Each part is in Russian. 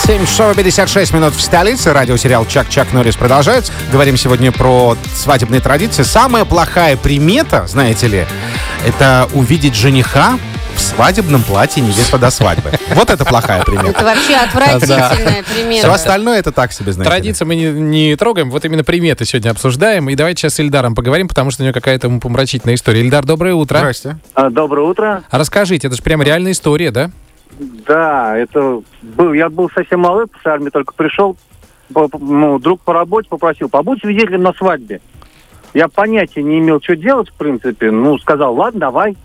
7 часов 56 минут в столице. Радиосериал «Чак Норрис» продолжается. Говорим сегодня про свадебные традиции. Самая плохая примета, знаете ли, это увидеть жениха в свадебном платье невесты до свадьбы. Вот это плохая примета. Это вообще отвратительная примета. Все остальное это так себе, знаете. Традиции мы не трогаем, вот именно приметы сегодня обсуждаем. И давайте сейчас с Ильдаром поговорим, потому что у него какая-то помрачительная история. Ильдар, доброе утро. Здрасте. Доброе утро. А расскажите, это же прям реальная история, да? Да, я был совсем малый, с армии только пришел, друг по работе попросил, побудь свидетелем на свадьбе. Я понятия не имел, что делать, в принципе. Сказал, ладно, давай.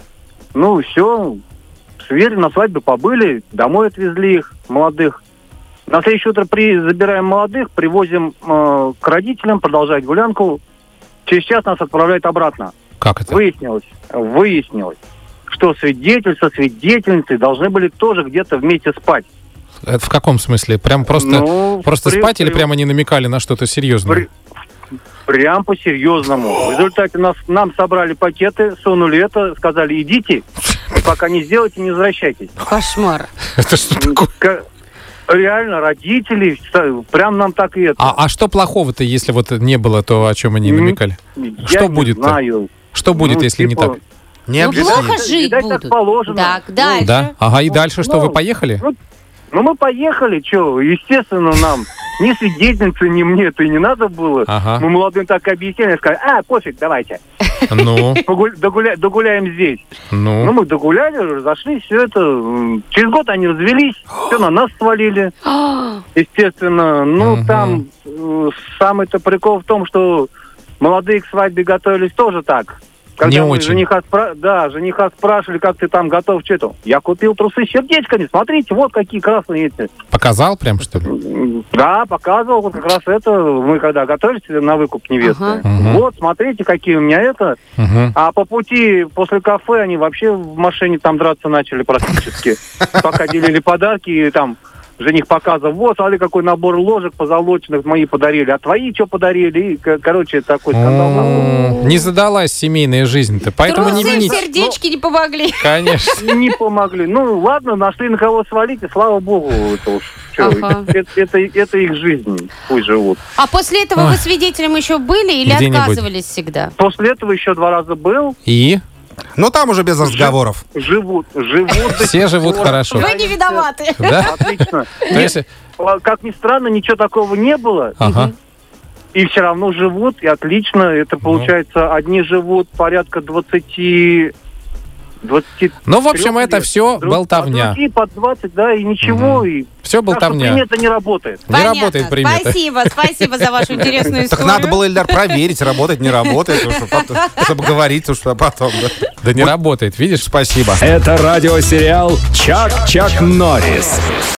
Все, свидетели на свадьбе побыли, домой отвезли их, молодых. На следующее утро забираем молодых, привозим к родителям, продолжать гулянку. Через час нас отправляют обратно. Как это? Выяснилось, что свидетель со свидетельницей должны были тоже где-то вместе спать. Это в каком смысле? Прям просто спать или прямо они намекали на что-то серьезное? Прям по-серьезному. В результате нам собрали пакеты, сунули это, сказали, идите, пока не сделаете, не возвращайтесь. Кошмар. Это что такое? Реально, родители, прям нам так и это. А что плохого-то, если вот не было то, о чем они намекали? Что будет-то? Знаю. Что будет, если не так? Не плохо жить Видать, будут. так положено. Так, дальше. Да? Ага, и дальше что, вы поехали? Мы поехали, естественно, нам ни свидетельницы, ни мне это и не надо было. Ага. Мы молодым так объясняли, сказали, пофиг, давайте. Ну? Догуляем здесь. Ну? Мы догуляли, разошлись, все это. Через год они развелись, все на нас свалили. Естественно. Там самый-то прикол в том, что молодые к свадьбе готовились тоже так. Когда не мы очень. Жениха спрашивали, как ты там готов, что-то. Я купил трусы с сердечками, смотрите, вот какие красные эти. Показал прям, что ли? Да, показывал, вот как раз это, мы когда готовились на выкуп невесты. Ага. Вот, смотрите, какие у меня это. А по пути, после кафе, они вообще в машине там драться начали практически. Пока делили подарки, и там жених показывал, вот, смотри, какой набор ложек позолоченных мои подарили, а твои что подарили? И, короче, такой скандал. Не задалась семейная жизнь-то, поэтому не Трусы в вините. сердечки не помогли. Конечно. Не помогли. Ладно, нашли на кого свалить, и слава богу, это уж. Ага. Это их жизнь, пусть живут. А после этого вы свидетелем еще были или Где-нибудь. отказывались всегда? После этого еще 2 раза был. И? Там уже без разговоров. Живут. Все живут хорошо. Вы не виноваты. Да? Отлично. То есть- Как ни странно, ничего такого не было. Ага. И все равно живут, и отлично. Это получается, одни живут порядка 20... Ну, в общем, это все болтовня. Другие под 20, да, и ничего. И... Все болтовня. Так что примета не работает. Не Понятно. работает примета. Спасибо за вашу интересную Так историю. надо было, Ильдар, проверить, работает, не работает, чтобы говорить, что потом. Да не работает, видишь? Спасибо. Это радиосериал «Чак Норрис».